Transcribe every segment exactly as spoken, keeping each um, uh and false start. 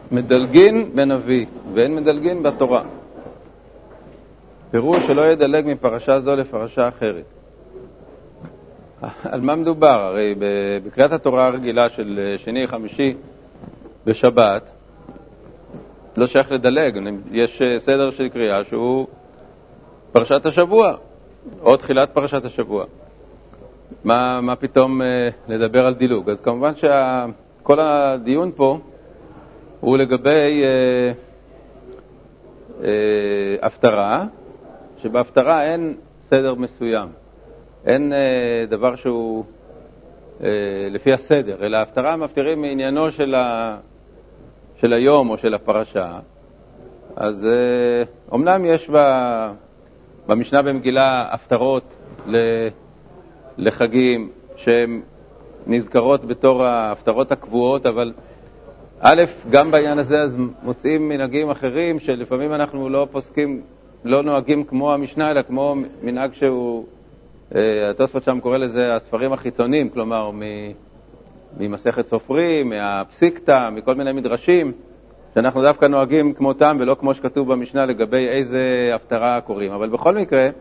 מדלגין בנביא ואין מדלגין בתורה. פירוש שלא ידלג מפרשה זו לפרשה אחרת. על מה מדובר? הרי בקריאת התורה הרגילה של שני חמישי בשבת לא שייך לדלג, יש סדר של קריאה שהוא פרשת השבוע או תחילת פרשת השבוע. מה, מה פתאום לדבר על דילוג? אז כמובן שכל הדיון פה הוא לגבי אה, אה, הפטרה, שבהפטרה אין סדר מסוים, אין אה, דבר שהוא אה, לפי הסדר, אלא ההפטרה מפטרים מעניינו של, ה, של היום או של הפרשה. אז אה, אומנם יש בה, במשנה במגילה הפטרות לחגים שהן נזכרות בתור ההפטרות הקבועות, אבל א', גם בעניין הזה אז מוצאים מנהגים אחרים שלפעמים אנחנו לא פוסקים, לא נוהגים כמו המשנה, אלא כמו מנהג שהוא, התוספות שם קורא לזה הספרים החיצוניים, כלומר ממסכת סופרים, מהפסיקתא, מכל מיני מדרשים, שאנחנו דווקא נוהגים כמותם ולא כמו שכתוב במשנה לגבי איזה הפטרה קוראים. אבל בכל מקרה,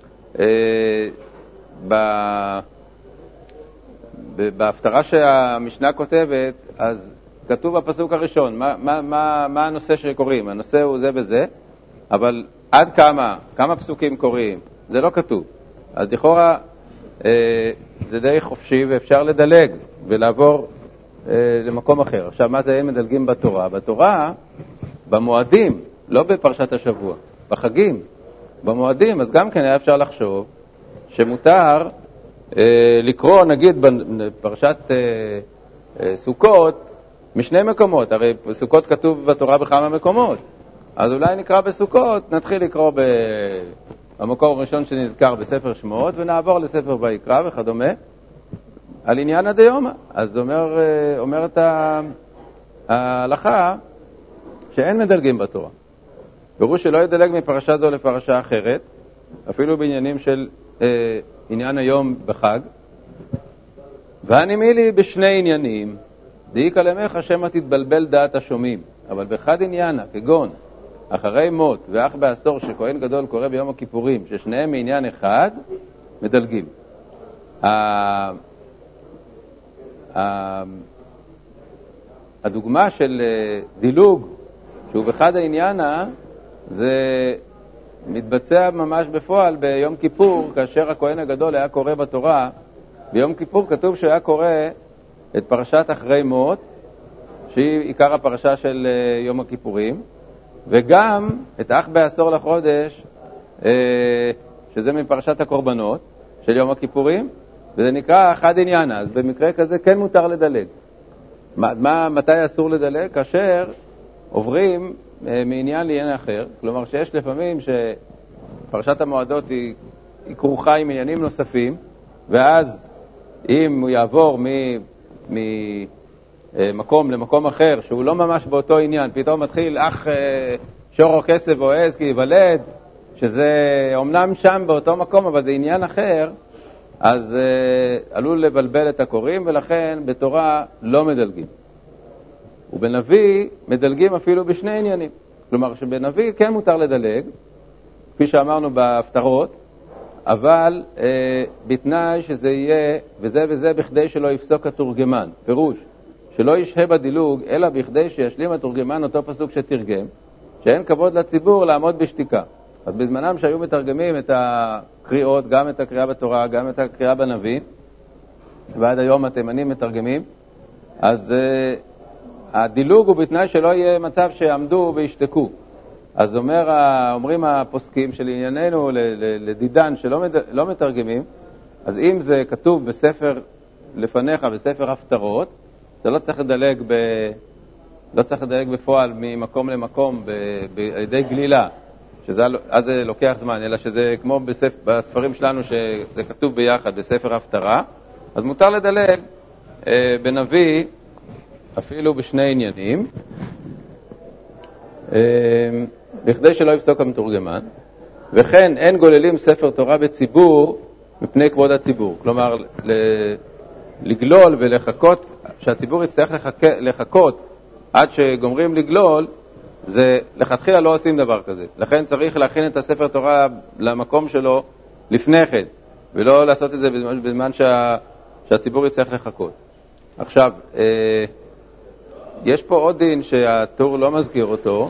בהפטרה שהמשנה כותבת, אז כתוב בפסוק הראשון, מה, מה, מה, מה הנושא שקוראים? הנושא הוא זה וזה, אבל עד כמה, כמה פסוקים קוראים? זה לא כתוב. אז לכאורה אה, זה די חופשי ואפשר לדלג ולעבור אה, למקום אחר. עכשיו, מה זה אין מדלגים בתורה? בתורה, במועדים, לא בפרשת השבוע, בחגים, במועדים, אז גם כן היה אפשר לחשוב שמותר אה, לקרוא, נגיד, בפרשת אה, אה, סוכות, משני מקומות, הרי בסוכות כתוב בתורה בכמה מקומות, אז אולי נקרא בסוכות, נתחיל לקרוא במקום הראשון שנזכר בספר שמות, ונעבור לספר ויקרא וכדומה, על עניין הדיומא. אז אומר, אומרת ההלכה שאין מדלגים בתורה. פירוש שלא ידלג מפרשה זו לפרשה אחרת, אפילו בעניינים של אה, עניין היום בחג, ואני מילי בשני עניינים, דאיקה למך שמא תתבלבל דעת השומעים, אבל באחד עניינה, כגון אחרי מות ואח בעשור שכהן גדול קורא ביום הכיפורים, ששניהם מעניין אחד, מדלגים. הדוגמה של דילוג, שהוא באחד העניינה, זה מתבצע ממש בפועל ביום כיפור, כאשר הכהן הגדול היה קורא בתורה. ביום כיפור כתוב שהוא היה קורא את פרשת אחרי מות, שהיא עיקר הפרשה של יום הכיפורים, וגם את אח בעשור לחודש, שזה מפרשת הקורבנות של יום הכיפורים, וזה נקרא אחד עניינה. אז במקרה כזה כן מותר לדלג. מה, מה, מתי אסור לדלג? כאשר עוברים מעניין לעניין אחר, כלומר שיש לפעמים שפרשת המועדות היא, היא כרוכה עם עניינים נוספים, ואז אם הוא יעבור מ... ממקום למקום אחר, שהוא לא ממש באותו עניין, פתאום מתחיל אח שורו כסף או עז כי ייוולד, שזה אומנם שם באותו מקום, אבל זה עניין אחר, אז עלול לבלבל את הקוראים, ולכן בתורה לא מדלגים. ובנביא מדלגים אפילו בשני עניינים. כלומר שבנביא כן מותר לדלג, כפי שאמרנו בהפטרות, אבל אה, בתנאי שזה יהיה, וזה וזה בכדי שלא יפסוק התורגמן. פירוש, שלא ישהה בדילוג, אלא בכדי שישלים התורגמן אותו פסוק שתרגם, שאין כבוד לציבור לעמוד בשתיקה. אז בזמנם שהיו מתרגמים את הקריאות, גם את הקריאה בתורה, גם את הקריאה בנביא, ועד היום התימנים מתרגמים, אז אה, הדילוג הוא בתנאי שלא יהיה מצב שעמדו וישתקו. אז אומר, אומרים הפוסקים של ענייננו לדידן שלא לא מתרגמים, אז אם זה כתוב בספר לפניך, בספר הפטרות, זה לא צריך לדלג, ב, לא צריך לדלג בפועל ממקום למקום בידי גלילה, שאז זה לוקח זמן, אלא שזה כמו בספר, בספרים שלנו שזה כתוב ביחד בספר הפטרה, אז מותר לדלג אה, בנביא אפילו בשני עניינים, אה, בכדי שלא יפסוק המתורגמן, וכן אין גוללים ספר תורה בציבור מפני כבוד הציבור. כלומר, לגלול ולחכות, שהציבור יצטרך לחכות עד שגומרים לגלול, זה לכתחילה לא עושים דבר כזה. לכן צריך להכין את הספר תורה למקום שלו לפני כן, ולא לעשות את זה בזמן שה, שהציבור יצטרך לחכות. עכשיו, אה, יש פה עוד דין שהטור לא מזכיר אותו,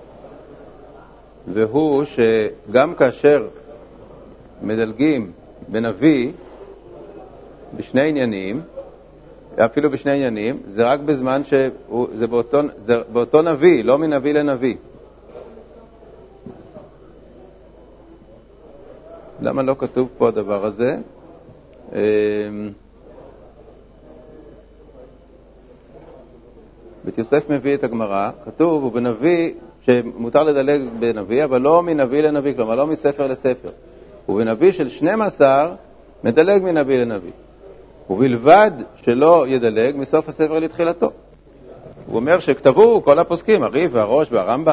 והוא שגם כאשר מדלגים בנביא בשני עניינים, אפילו בשני עניינים, זה רק בזמן שזה באותו, זה באותו נביא, לא מנביא לנביא. למה לא כתוב פה הדבר הזה? בית יוסף מביא את הגמרא, כתוב, הוא בנביא, שמותר לדלג בנביא, אבל לא מנביא לנביא, כלומר לא מספר לספר. ובנביא של שנים עשר מדלג מנביא לנביא. ובלבד שלא ידלג מסוף הספר לתחילתו. הוא אומר שכתבו כל הפוסקים, הרי"ף והראש והרמב"ם,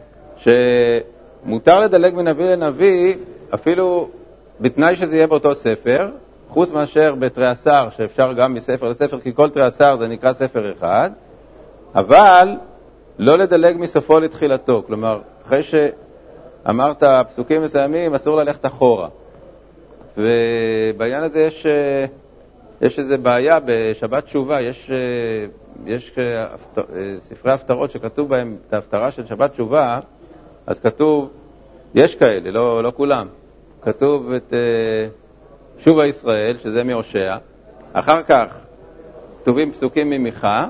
שמותר לדלג מנביא לנביא, אפילו בתנאי שזה יהיה באותו ספר, חוץ מאשר בתרי עשר, שאפשר גם מספר לספר, כי כל תרי עשר זה נקרא ספר אחד, אבל לא לדלג מסופו לתחילתו. כלומר, אחרי שאמרת פסוקים מסוימים, אסור ללכת אחורה. ובעניין הזה יש... יש איזו בעיה בשבת תשובה, יש, יש ספרי הפטרות שכתוב בהם את ההפטרה של שבת תשובה, אז כתוב, יש כאלה, לא, לא כולם, כתוב את שובה ישראל, שזה מהושע, אחר כך כתובים פסוקים ממיכה,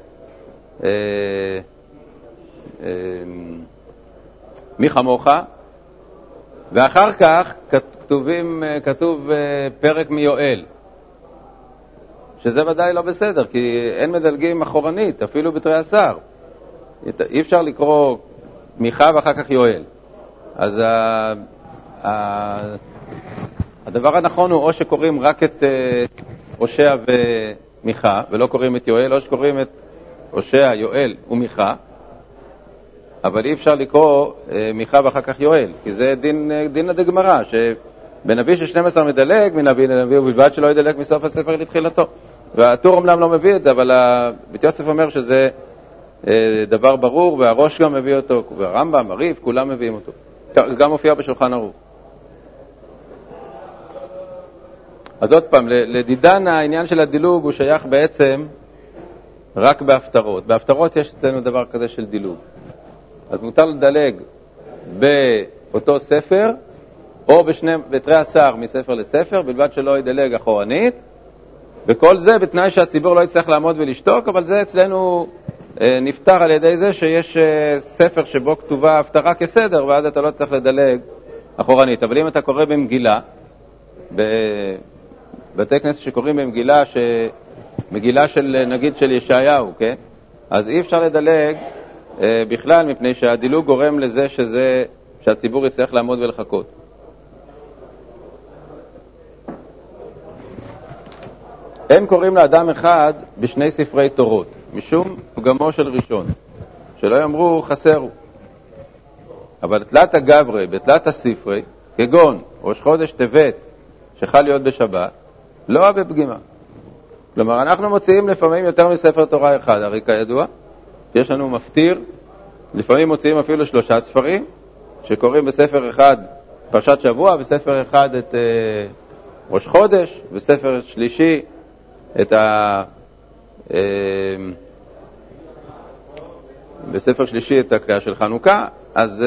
מי כמוך, ואחר כך כתובים, כתוב פרק מיואל, שזה ודאי לא בסדר, כי אין מדלגים אחורנית, אפילו בתרי עשר. אי אפשר לקרוא מיכה ואחר כך יואל. אז ה... ה... הדבר הנכון הוא או שקוראים רק את הושע ומיכה, ולא קוראים את יואל, או שקוראים את הושע, יואל ומיכה, אבל אי אפשר לקרוא מיכה ואחר כך יואל, כי זה דין, דין הדגמרא, שבנביא של שנים עשר מדלג מנביא לנביא, ובלבד שלא ידלג מסוף הספר לתחילתו. והטור אומנם לא מביא את זה, אבל בית יוסף אומר שזה דבר ברור, והראש גם מביא אותו, והרמב"ם, הרי"ף, כולם מביאים אותו. זה גם מופיע בשולחן ערוך. אז עוד פעם, לדידן העניין של הדילוג הוא שייך בעצם רק בהפטרות. בהפטרות יש אצלנו דבר כזה של דילוג. אז מותר לדלג באותו ספר, או בשני, בתרי עשר מספר לספר, בלבד שלא ידלג אחורנית, וכל זה בתנאי שהציבור לא יצטרך לעמוד ולשתוק, אבל זה אצלנו אה, נפטר על ידי זה שיש אה, ספר שבו כתובה הפטרה כסדר, ואז אתה לא צריך לדלג אחורנית. אבל אם אתה קורא במגילה, בבתי כנסת שקוראים במגילה, ש... מגילה של נגיד של ישעיהו, כן? אז אי אפשר לדלג אה, בכלל, מפני שהדילוג גורם לזה שזה, שהציבור יצטרך לעמוד ולחכות. הם קוראים לאדם אחד בשני ספרי תורות, משום פגמו של ראשון, שלא יאמרו חסרו. אבל תלת הגברי, בתלת הספרי, כגון ראש חודש טבת, שחל להיות בשבת, לא אוהב פגימה. כלומר, אנחנו מוציאים לפעמים יותר מספר תורה אחד, הרי כידוע, יש לנו מפטיר, לפעמים מוציאים אפילו שלושה ספרים, שקוראים בספר אחד פרשת שבוע, בספר אחד את אה, ראש חודש, בספר שלישי, את ה... בספר שלישי את הקריאה של חנוכה, אז,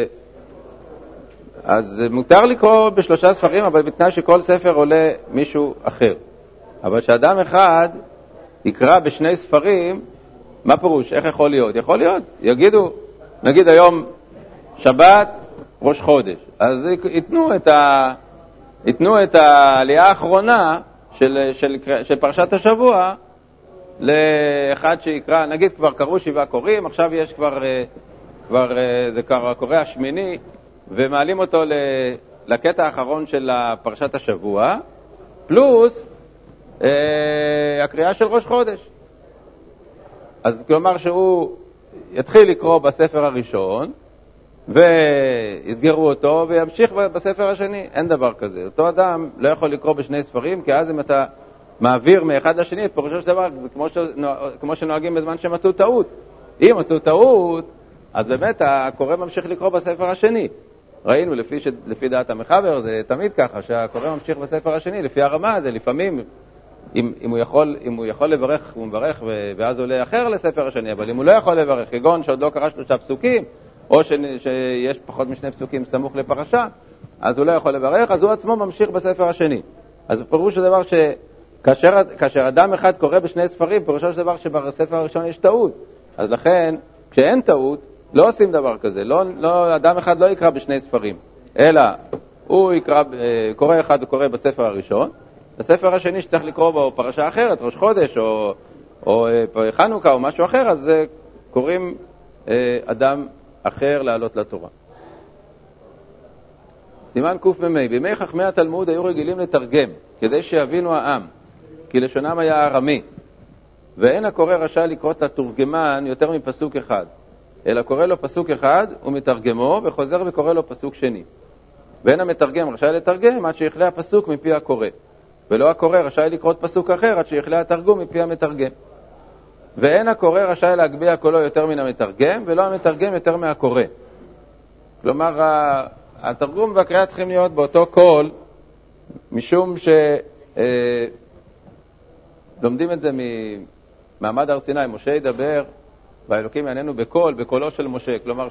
אז מותר לקרוא בשלושה ספרים, אבל בתנאי שכל ספר עולה מישהו אחר. אבל שאדם אחד יקרא בשני ספרים, מה פירוש? איך יכול להיות? יכול להיות, יגידו, נגיד היום שבת, ראש חודש, אז ייתנו את, ה... ייתנו את העלייה האחרונה של, של, של פרשת השבוע לאחד שיקרא, נגיד כבר קראו שבעה קוראים, עכשיו יש כבר, כבר זה קורא השמיני, ומעלים אותו לקטע האחרון של פרשת השבוע, פלוס אה, הקריאה של ראש חודש. אז כלומר שהוא יתחיל לקרוא בספר הראשון, ויסגרו אותו וימשיך בספר השני. אין דבר כזה. אותו אדם לא יכול לקרוא בשני ספרים, כי אז אם אתה מעביר מאחד לשני, את פירושו של דבר, זה כמו, שנוהג, כמו שנוהגים בזמן שמצאו טעות. אם מצאו טעות, אז באמת הקורא ממשיך לקרוא בספר השני. ראינו לפי, ש... לפי דעת המחבר, זה תמיד ככה, שהקורא ממשיך בספר השני, לפי הרמה, זה לפעמים, אם, אם, הוא, יכול, אם הוא יכול לברך, הוא מברך, ו... ואז עולה אחר לספר השני, אבל אם הוא לא יכול לברך, כגון שעוד לא קרא שלושה פסוקים, או ש... שיש פחות משני פסוקים סמוך לפרשה, אז הוא לא יכול לברך, אז הוא עצמו ממשיך בספר השני. אז פירוש הדבר שכאשר כאשר אדם אחד קורא בשני ספרים, פירושו של דבר שבספר הראשון יש טעות. אז לכן, כשאין טעות, לא עושים דבר כזה. לא, לא, אדם אחד לא יקרא בשני ספרים, אלא הוא יקרא, קורא אחד וקורא בספר הראשון, בספר השני שצריך לקרוא בו פרשה אחרת, ראש חודש או, או חנוכה או משהו אחר, אז קוראים אדם אחר לעלות לתורה. סימן קמ"ה, בימי חכמי התלמוד היו רגילים לתרגם, כדי שיבינו העם, כי לשונם היה ארמי, ואין הקורא רשאי לקרוא את התורגמן יותר מפסוק אחד, אלא קורא לו פסוק אחד ומתרגמו, וחוזר וקורא לו פסוק שני. ואין המתרגם רשאי לתרגם עד שיחלה הפסוק מפי הקורא, ולא הקורא רשאי לקרוא פסוק אחר עד שיחלה התרגום מפי המתרגם. ואין הקורא רשאי להגביה קולו יותר מן המתרגם, ולא המתרגם יותר מהקורא. כלומר, התרגום והקריאה צריכים להיות באותו קול, משום שלומדים את זה ממעמד הר סיני. משה ידבר, והאלוקים יעננו בקול, בקולו של משה. כלומר,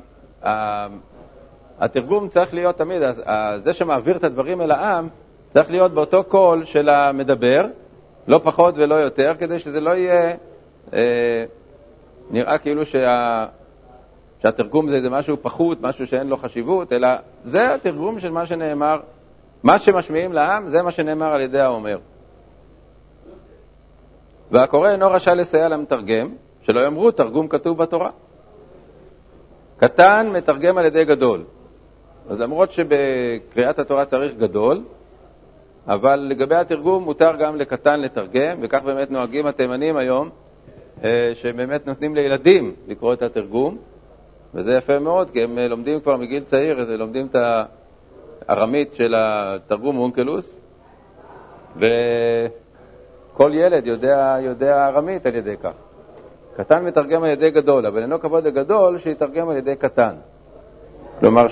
שהתרגום צריך להיות תמיד, זה שמעביר את הדברים אל העם, צריך להיות באותו קול של המדבר, לא פחות ולא יותר, כדי שזה לא יהיה, אה, נראה כאילו שה... שהתרגום זה, זה משהו פחות, משהו שאין לו חשיבות, אלא זה התרגום של מה שנאמר, מה שמשמיעים לעם, זה מה שנאמר על ידי האומר. והקורא אינו רשאי לסייע למתרגם, שלא יאמרו תרגום כתוב בתורה. קטן מתרגם על ידי גדול. אז למרות שבקריאת התורה צריך גדול, אבל לגבי התרגום מותר גם לקטן לתרגם, וכך באמת נוהגים התימנים היום, שבאמת נותנים לילדים לקרוא את התרגום, וזה יפה מאוד, כי הם לומדים כבר מגיל צעיר, הם לומדים את הארמית של התרגום אונקלוס, וכל ילד יודע, יודע ארמית על ידי כך. קטן מתרגם על ידי גדול, אבל אינו כבוד לגדול שיתרגם על ידי קטן. כלומר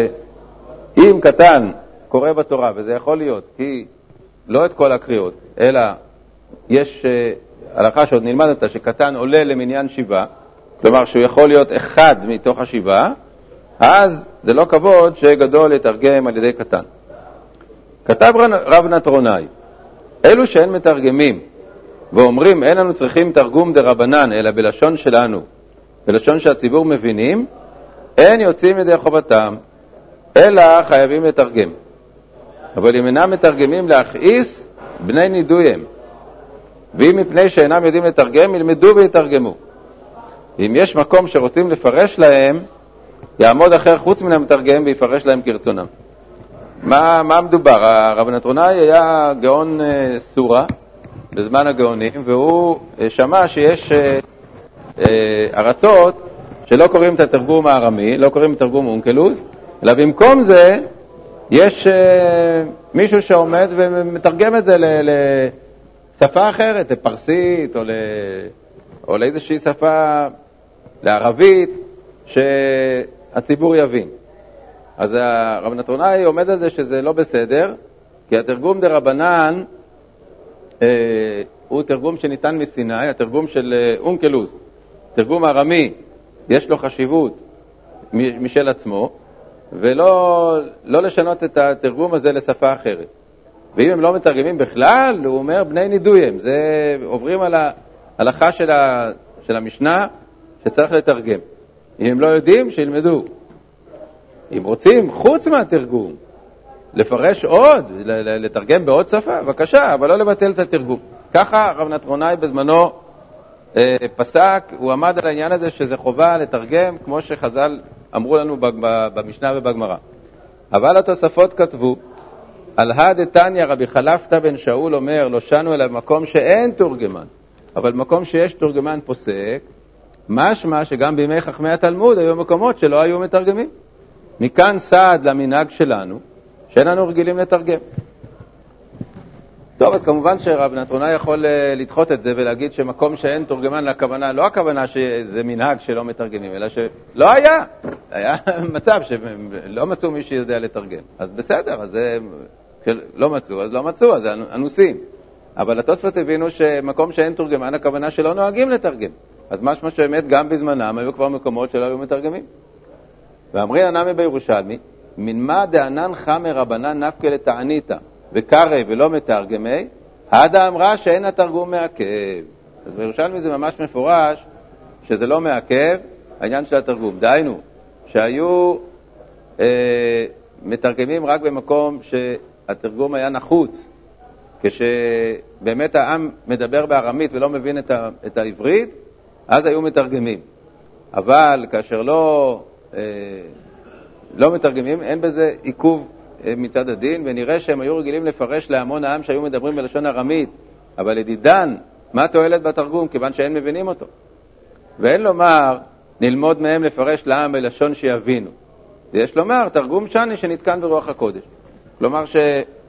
שאם קטן קורא בתורה, וזה יכול להיות, כי לא את כל הקריאות, אלא יש הלכה שעוד נלמד אותה, שקטן עולה למניין שבעה, כלומר שהוא יכול להיות אחד מתוך השבעה, אז זה לא כבוד שגדול יתרגם על ידי קטן. כתב רב נטרוני, אלו שאין מתרגמים ואומרים אין לנו צריכים תרגום דרבנן אלא בלשון שלנו, בלשון שהציבור מבינים, אין יוצאים ידי חובתם, אלא חייבים לתרגם. אבל אם אינם מתרגמים להכעיס, בני נידויים. ואם מפני שאינם יודעים לתרגם, ילמדו ויתרגמו. אם יש מקום שרוצים לפרש להם, יעמוד אחר חוץ מן המתרגם ויפרש להם כרצונם. מה, מה מדובר? הרב נטרוני היה גאון אה, סורה בזמן הגאונים, והוא אה, שמע שיש אה, אה, ארצות שלא קוראים את התרגום הארמי, לא קוראים את תרגום אונקלוס, אלא במקום זה יש אה, מישהו שעומד ומתרגם את זה לשפה אחרת, לפרסית או, ל, או לאיזושהי שפה, לערבית, שהציבור יבין. אז הרב נטרוני עומד על זה שזה לא בסדר, כי התרגום דרבנן אה, הוא תרגום שניתן מסיני, התרגום של אה, אונקלוס, תרגום ארמי, יש לו חשיבות משל עצמו, ולא לא לשנות את התרגום הזה לשפה אחרת. ואם הם לא מתרגמים בכלל, הוא אומר בני נידויים, זה עוברים על ההלכה של, ה, של המשנה שצריך לתרגם. אם הם לא יודעים, שילמדו. אם רוצים, חוץ מהתרגום, לפרש עוד, לתרגם בעוד שפה, בבקשה, אבל לא לבטל את התרגום. ככה רב נטרוני בזמנו אה, פסק, הוא עמד על העניין הזה שזה חובה לתרגם, כמו שחז"ל אמרו לנו במשנה ובגמרא. אבל התוספות כתבו, על הדתניא רבי חלפתא בן שאול אומר, לא שנו אלא במקום שאין תורגמן, אבל במקום שיש תורגמן פוסק, משמע שגם בימי חכמי התלמוד היו מקומות שלא היו מתרגמים. מכאן סעד למנהג שלנו, שאין לנו רגילים לתרגם. טוב, אז כמובן שרב נתרונה יכול לדחות את זה ולהגיד שמקום שאין תורגמן לכוונה, לא הכוונה שזה מנהג שלא מתרגמים, אלא שלא היה. היה מצב שלא מצאו מי שיודע לתרגם. אז בסדר, אז לא מצאו, אז לא מצאו, אז אנוסים. אבל התוספות הבינו שמקום שאין תורגמן, הכוונה שלא נוהגים לתרגם. אז משמע שבאמת גם בזמנם היו כבר מקומות שלא היו מתרגמים. ואמרי הנמי בירושלמי, מן מה דענן חמר רבנן נפקא לתעניתא וקרא ולא מתרגמי, העדה אמרה שאין התרגום מעכב. אז בירושלמי זה ממש מפורש שזה לא מעכב העניין של התרגום. דהיינו, שהיו אה, מתרגמים רק במקום שהתרגום היה נחוץ, כשבאמת העם מדבר בארמית ולא מבין את, ה, את העברית, אז היו מתרגמים. אבל כאשר לא, אה, לא מתרגמים, אין בזה עיכוב אה, מצד הדין, ונראה שהם היו רגילים לפרש להמון העם שהיו מדברים בלשון ארמית, אבל לדידן, מה תועלת בתרגום? כיוון שאין מבינים אותו. ואין לומר, נלמוד מהם לפרש לעם בלשון שיבינו. יש לומר, תרגום שני שנתקן ברוח הקודש. כלומר ש...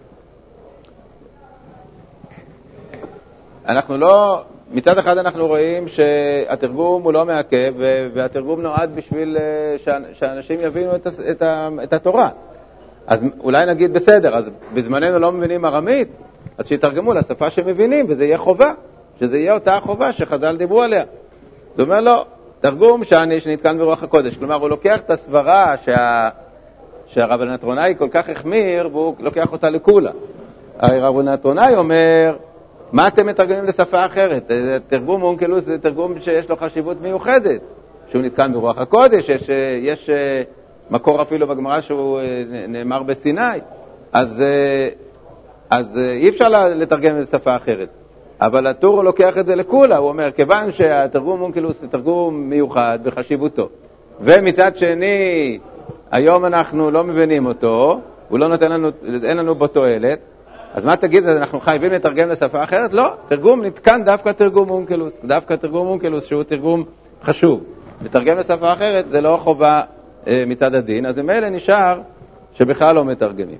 אנחנו לא, מצד אחד אנחנו רואים שהתרגום הוא לא מעכב, והתרגום נועד בשביל שאנשים יבינו את, את, את התורה. אז אולי נגיד בסדר, אז בזמננו לא מבינים ארמית, אז שיתרגמו לשפה שמבינים, וזה יהיה חובה, שזה יהיה אותה חובה שחז"ל דיברו עליה. זאת אומרת, לא, תרגום שאני שנתקן ברוח הקודש. כלומר, הוא לוקח את הסברה שה, שהרב נתרונאי כל כך החמיר, והוא לוקח אותה לכולה. הרב נתרונאי אומר, מה אתם מתרגמים לשפה אחרת? תרגום אונקלוס זה תרגום שיש לו חשיבות מיוחדת, שהוא נתקן ברוח הקודש, יש, יש מקור אפילו בגמרא שהוא נאמר בסיני, אז, אז אי אפשר לתרגם לשפה אחרת. אבל הטור לוקח את זה לכולה, הוא אומר, כיוון שהתרגום אונקלוס זה תרגום מיוחד בחשיבותו, ומצד שני, היום אנחנו לא מבינים אותו, הוא לא נותן לנו, אין לנו בו תועלת, אז מה תגיד, אנחנו חייבים לתרגם לשפה אחרת? לא, תרגום נתקן דווקא תרגום אונקלוס, דווקא תרגום אונקלוס שהוא תרגום חשוב. לתרגם לשפה אחרת זה לא חובה אה, מצד הדין, אז ממילא נשאר שבכלל לא מתרגמים.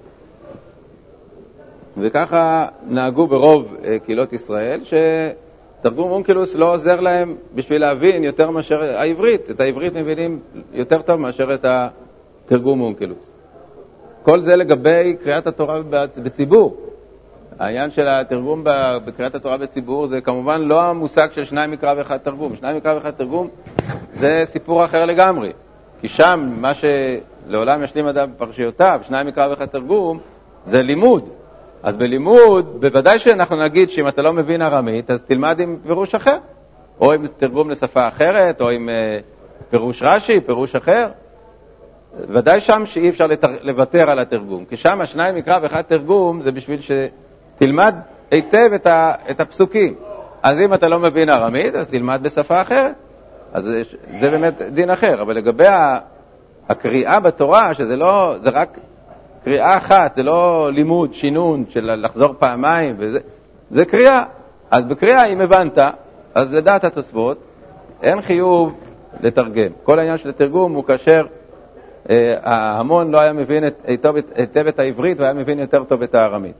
וככה נהגו ברוב אה, קהילות ישראל, שתרגום אונקלוס לא עוזר להם בשביל להבין יותר מאשר העברית. את העברית מבינים יותר טוב מאשר את התרגום אונקלוס. כל זה לגבי קריאת התורה בציבור. העניין של התרגום בקריאת התורה בציבור זה כמובן לא המושג של שניים מקרא ואחד תרגום. שניים מקרא ואחד תרגום זה סיפור אחר לגמרי. כי שם מה שלעולם ישלים אדם בפרשיותיו, שניים מקרא ואחד תרגום, זה לימוד. אז בלימוד, בוודאי שאנחנו נגיד שאם אתה לא מבין ארמית, אז תלמד עם פירוש אחר. או עם תרגום לשפה אחרת, או עם פירוש רש"י, פירוש אחר. ודאי שם שאי אפשר לוותר על התרגום. כי שם השניים מקרא ואחד תרגום זה בשביל שתלמד היטב את, ה, את הפסוקים. אז אם אתה לא מבין ארמית, אז תלמד בשפה אחרת. אז זה, זה באמת דין אחר. אבל לגבי הקריאה בתורה, שזה לא, זה רק קריאה אחת, זה לא לימוד, שינון של לחזור פעמיים, וזה, זה קריאה. אז בקריאה, אם הבנת, אז לדעת התוספות, אין חיוב לתרגם. כל העניין של התרגום הוא כאשר ההמון לא היה מבין היטב את העברית, והיה מבין יותר טוב את הארמית.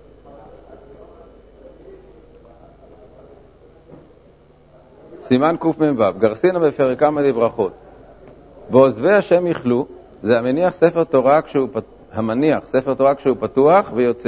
סימן קמ"ו, גרסינו בפרק כמה דברכות. ועוזבי השם יחלו, זה המניח ספר תורה כשהוא, המניח ספר תורה כשהוא פתוח ויוצא.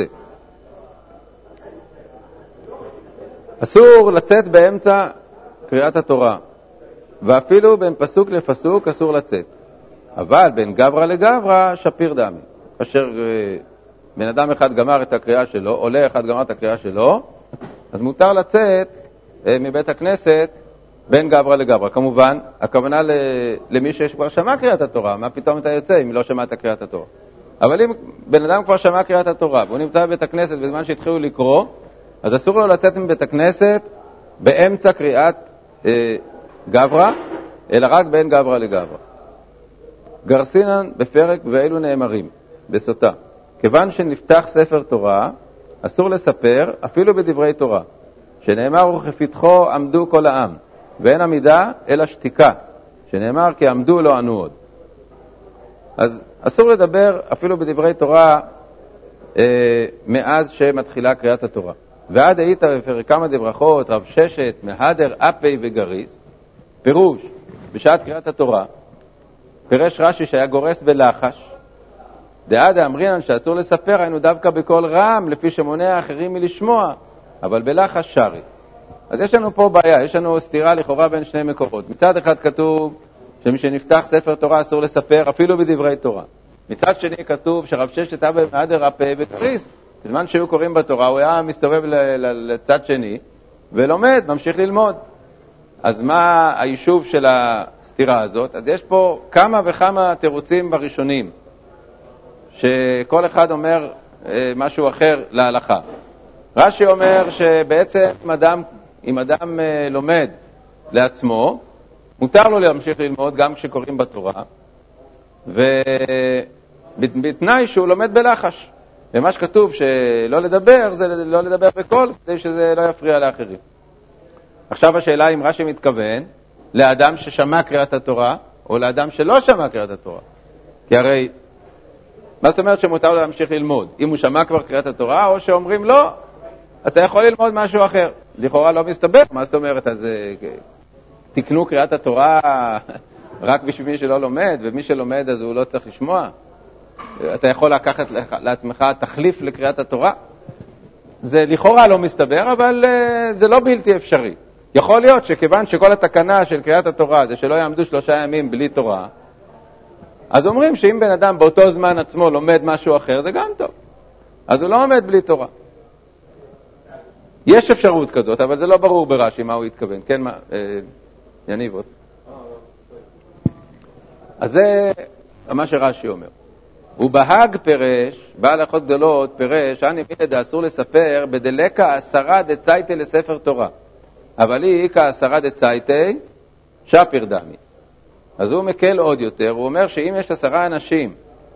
אסור לצאת באמצע קריאת התורה, ואפילו בין פסוק לפסוק אסור לצאת. אבל בין גברא לגברא שפיר דמי. כאשר בן אדם אחד גמר את הקריאה שלו, עולה אחד גמר את הקריאה שלו, אז מותר לצאת מבית הכנסת בין גברא לגברא. כמובן, הכוונה למי שכבר שמע קריאת התורה, מה פתאום אתה יוצא אם לא שמעת קריאת התורה. אבל אם בן אדם כבר שמע קריאת התורה, והוא נמצא בבית הכנסת בזמן שהתחילו לקרוא, אז אסור לו לצאת מבית הכנסת באמצע קריאת אה, גברא, אלא רק בין גברא לגברא. גרסינן בפרק ואלו נאמרים, בסוטה. כיוון שנפתח ספר תורה, אסור לספר אפילו בדברי תורה, שנאמר וכפתחו עמדו כל העם, ואין עמידה אלא שתיקה, שנאמר כי עמדו לא ענו עוד. אז אסור לדבר אפילו בדברי תורה אה, מאז שמתחילה קריאת התורה. ועד היית בפרקמה דברכות, רב ששת, מהדר, אפי וגריס, פירוש, בשעת קריאת התורה, פירש רש"י שהיה גורס בלחש, דעד אמרינן שאסור לספר, היינו דווקא בקול רם, לפי שמונע אחרים מלשמוע, אבל בלחש שרי. אז יש לנו פה בעיה, יש לנו סתירה לכאורה בין שני מקורות. מצד אחד כתוב שמי שנפתח ספר תורה אסור לספר, אפילו בדברי תורה. מצד שני כתוב שרב ששת אבא מהדר אפי וגריס, בזמן שהיו קוראים בתורה, הוא היה מסתובב לצד שני, ולומד, ממשיך ללמוד. אז מה היישוב של הסתירה הזאת? אז יש פה כמה וכמה תירוצים בראשונים, שכל אחד אומר משהו אחר להלכה. רש"י אומר שבעצם אם אדם, אם אדם לומד לעצמו, מותר לו להמשיך ללמוד גם כשקוראים בתורה, ובתנאי שהוא לומד בלחש. ומה שכתוב שלא לדבר, זה לא לדבר בקול, כדי שזה לא יפריע לאחרים. עכשיו השאלה אם רש"י מתכוון לאדם ששמע קריאת התורה, או לאדם שלא שמע קריאת התורה. כי הרי, מה זאת אומרת שמותר לו להמשיך ללמוד? אם הוא שמע כבר קריאת התורה, או שאומרים לא, אתה יכול ללמוד משהו אחר. לכאורה לא מסתבר, מה זאת אומרת? אז תקנו קריאת התורה רק בשביל מי שלא לומד, ומי שלומד אז הוא לא צריך לשמוע. אתה יכול לקחת לעצמך תחליף לקריאת התורה. זה לכאורה לא מסתבר, אבל זה לא בלתי אפשרי. יכול להיות שכיוון שכל התקנה של קריאת התורה זה שלא יעמדו שלושה ימים בלי תורה, אז אומרים שאם בן אדם באותו זמן עצמו לומד משהו אחר, זה גם טוב. אז הוא לא עומד בלי תורה. יש אפשרות כזאת, אבל זה לא ברור ברש"י מה הוא התכוון. כן, מה, אה, יניב עוד. אז זה מה שרש"י אומר. ובהג פרש, בעל הלכות גדולות פרש, אני מיד אסור לספר בדלקה עשרה דצייטי לספר תורה. אבל היא כעשרה דצייטי שפיר דמי. אז הוא מקל עוד יותר, הוא אומר שאם יש עשרה אנשים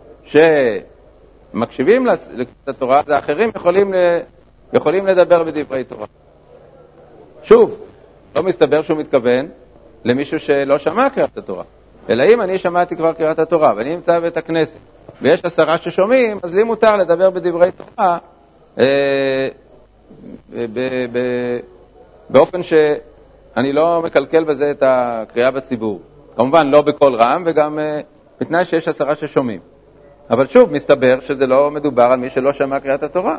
שמקשיבים לקריאת התורה, אז האחרים יכולים, יכולים לדבר בדברי תורה. שוב, לא מסתבר שהוא מתכוון למישהו שלא שמע קריאת התורה. אלא אם אני שמעתי כבר קריאת התורה, ואני נמצא בבית הכנסת, ויש עשרה ששומעים, אז לי מותר לדבר בדברי תורה אה, ב- ב- באופן שאני לא מקלקל בזה את הקריאה בציבור. כמובן לא בכל רם, וגם אה, בתנאי שיש עשרה ששומעים. אבל שוב, מסתבר שזה לא מדובר על מי שלא שמע קריאת התורה.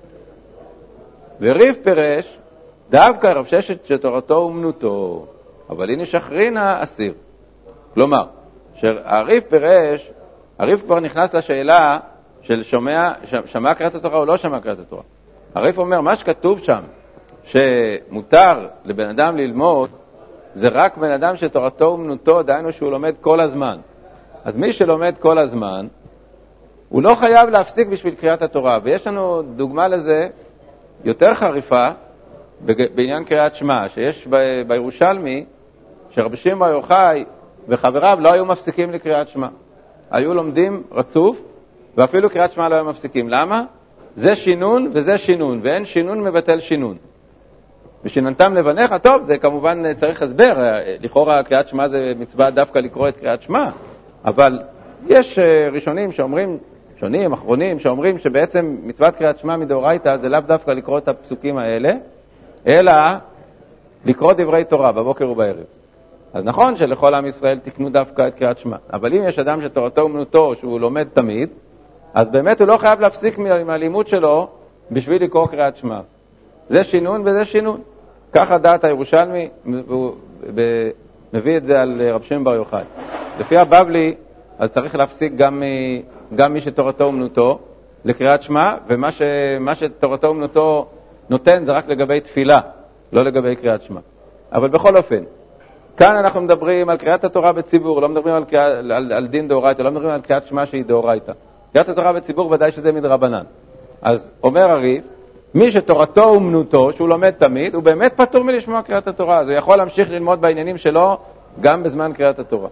וריף פרש, דווקא רב ששת שתורתו אומנותו, אבל הנה שחרינה אסיר. כלומר, שהריף פרש, הריף כבר נכנס לשאלה של שומע, שמע קריאת התורה או לא שמע קריאת התורה. הריף אומר, מה שכתוב שם, שמותר לבן אדם ללמוד, זה רק בן אדם שתורתו אומנותו, דהיינו שהוא לומד כל הזמן. אז מי שלומד כל הזמן, הוא לא חייב להפסיק בשביל קריאת התורה. ויש לנו דוגמה לזה יותר חריפה, בעניין קריאת שמע, שיש ב- בירושלמי, שרבי שמעון בר יוחאי וחבריו לא היו מפסיקים לקריאת שמע. היו לומדים רצוף, ואפילו קריאת שמע לא היו מפסיקים. למה? זה שינון וזה שינון, ואין שינון מבטל שינון. ושיננתם לבניך, טוב, זה כמובן צריך הסבר. לכאורה קריאת שמע זה מצווה דווקא לקרוא את קריאת שמע, אבל יש ראשונים שאומרים, שונים, אחרונים, שאומרים שבעצם מצוות קריאת שמע מדאורייתא זה לאו דווקא לקרוא את הפסוקים האלה, אלא לקרוא דברי תורה בבוקר ובערב. אז נכון שלכל עם ישראל תקנו דווקא את קריאת שמע, אבל אם יש אדם שתורתו אומנותו שהוא לומד תמיד, אז באמת הוא לא חייב להפסיק מהלימוד שלו בשביל לקרוא קריאת שמע. זה שינון וזה שינון. ככה דעת הירושלמי, הוא מביא את זה על רב שמעון בר יוחאי. לפי הבבלי, אז צריך להפסיק גם, גם מי שתורתו אומנותו לקריאת שמע, ומה ש, מה שתורתו אומנותו נותן זה רק לגבי תפילה, לא לגבי קריאת שמע. אבל בכל אופן, כאן אנחנו מדברים על קריאת התורה בציבור, לא מדברים על, על, על דין דאורייתא, לא מדברים על קריאת שמע שהיא דאורייתא. קריאת התורה בציבור ודאי שזה מדרבנן. אז אומר הריף, מי שתורתו אומנותו, שהוא לומד תמיד, הוא באמת פטור מלשמוע קריאת התורה, אז הוא יכול להמשיך ללמוד בעניינים שלו גם בזמן קריאת התורה.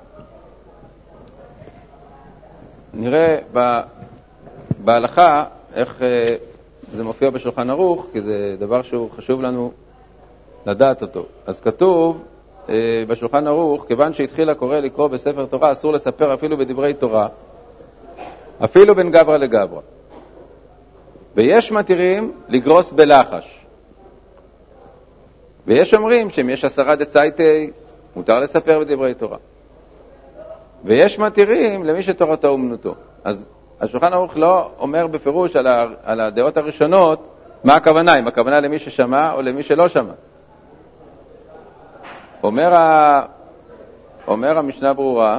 נראה ב, בהלכה איך אה, זה מופיע בשולחן ערוך, כי זה דבר שהוא חשוב לנו לדעת אותו. אז כתוב אה, בשולחן ערוך, כיוון שהתחיל הקורא לקרוא בספר תורה, אסור לספר אפילו בדברי תורה, אפילו בין גברא לגברא. ויש מתירים לגרוס בלחש. ויש אומרים שאם יש עשרה דצייטי, מותר לספר בדברי תורה. ויש מתירים למי שתורתו אומנותו. אז השולחן ערוך לא אומר בפירוש על, ה, על הדעות הראשונות מה הכוונה, אם הכוונה למי ששמע או למי שלא שמע. אומר, ה, אומר המשנה ברורה,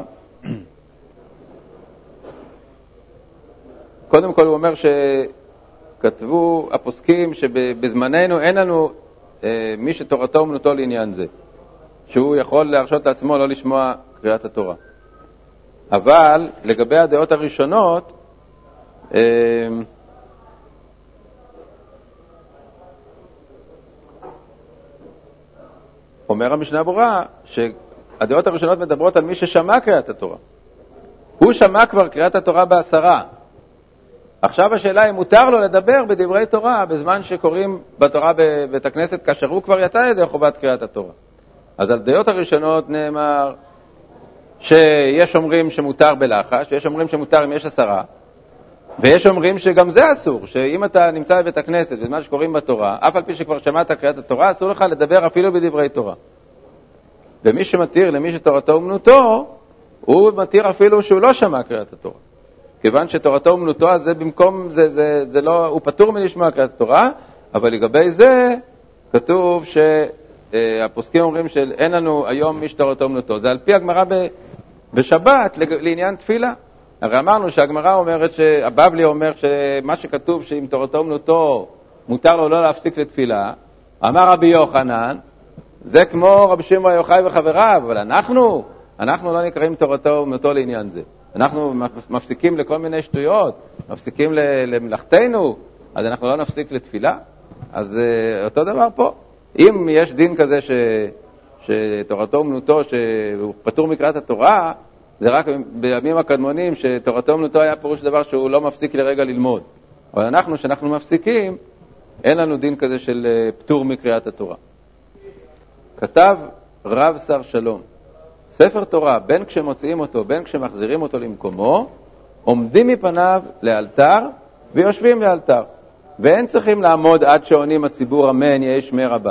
קודם כל הוא אומר שכתבו הפוסקים שבזמננו אין לנו אה, מי שתורתו אומנותו לעניין זה, שהוא יכול להרשות לעצמו לא לשמוע קריאת התורה. אבל לגבי הדעות הראשונות, אה, אומר המשנה ברורה שהדעות הראשונות מדברות על מי ששמע קריאת התורה. הוא שמע כבר קריאת התורה בעשרה. עכשיו השאלה אם מותר לו לדבר בדברי תורה בזמן שקוראים בתורה בבית הכנסת, כאשר הוא כבר יצא ידי חובת קריאת התורה. אז על דעות הראשונות נאמר שיש אומרים שמותר בלחש, ויש אומרים שמותר אם יש עשרה, ויש אומרים שגם זה אסור, שאם אתה נמצא בבית הכנסת בזמן שקוראים בתורה, אף על פי שכבר שמעת קריאת התורה, אסור לך לדבר אפילו בדברי תורה. ומי שמתיר למי שתורתו אומנותו, הוא מתיר אפילו שהוא לא שמע קריאת התורה. כיוון שתורתו אומנותו, אז זה במקום, זה, זה, זה לא, הוא פטור מלשמוע קריאת התורה, אבל לגבי זה כתוב שהפוסקים אומרים שאין לנו היום מי שתורתו אומנותו. זה על פי הגמרא בשבת לעניין תפילה. הרי אמרנו שהגמרא אומרת, שהבבלי אומר שמה שכתוב שאם תורתו אומנותו מותר לו לא להפסיק לתפילה, אמר רבי יוחנן, זה כמו רבי שמעון בר יוחאי וחבריו, אבל אנחנו, אנחנו לא נקראים תורתו אומנותו לעניין זה. אנחנו מפסיקים לכל מיני שטויות, מפסיקים למלאכתנו, אז אנחנו לא נפסיק לתפילה. אז אותו דבר פה. אם יש דין כזה ש, שתורתו אומנותו, שהוא פטור מקריאת התורה, זה רק בימים הקדמונים שתורתו אומנותו היה פירוש דבר שהוא לא מפסיק לרגע ללמוד. אבל אנחנו, שאנחנו מפסיקים, אין לנו דין כזה של פטור מקריאת התורה. כתב רב שר שלום, ספר תורה, בין כשמוציאים אותו, בין כשמחזירים אותו למקומו, עומדים מפניו לאלתר ויושבים לאלתר. ואין צריכים לעמוד עד שעונים הציבור אמן יהי שמי רבה.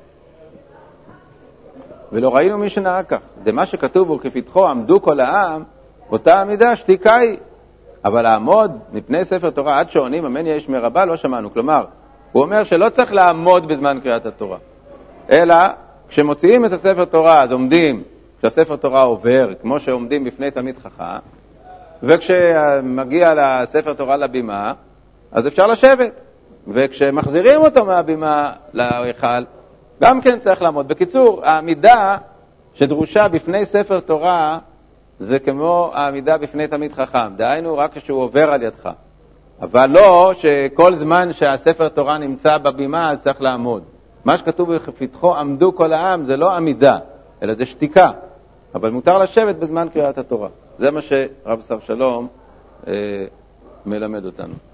ולא ראינו מי שנהג כך. דמה שכתוב בו כפתחו עמדו כל העם, אותה עמידה שתיקה היא. אבל לעמוד מפני ספר תורה עד שעונים אמן יהי שמי רבה לא שמענו. כלומר, הוא אומר שלא צריך לעמוד בזמן קריאת התורה. אלא כשמוציאים את הספר תורה אז עומדים, כשהספר תורה עובר, כמו שעומדים בפני תלמיד חכם, וכשמגיע לספר תורה לבימה, אז אפשר לשבת. וכשמחזירים אותו מהבימה להיכל, גם כן צריך לעמוד. בקיצור, העמידה שדרושה בפני ספר תורה, זה כמו העמידה בפני תלמיד חכם. דהיינו רק כשהוא עובר על ידך. אבל לא שכל זמן שהספר תורה נמצא בבימה, אז צריך לעמוד. מה שכתוב בפתחו עמדו כל העם, זה לא עמידה, אלא זה שתיקה. אבל מותר לשבת בזמן קריאת התורה. זה מה שרב שר שלום אה, מלמד אותנו.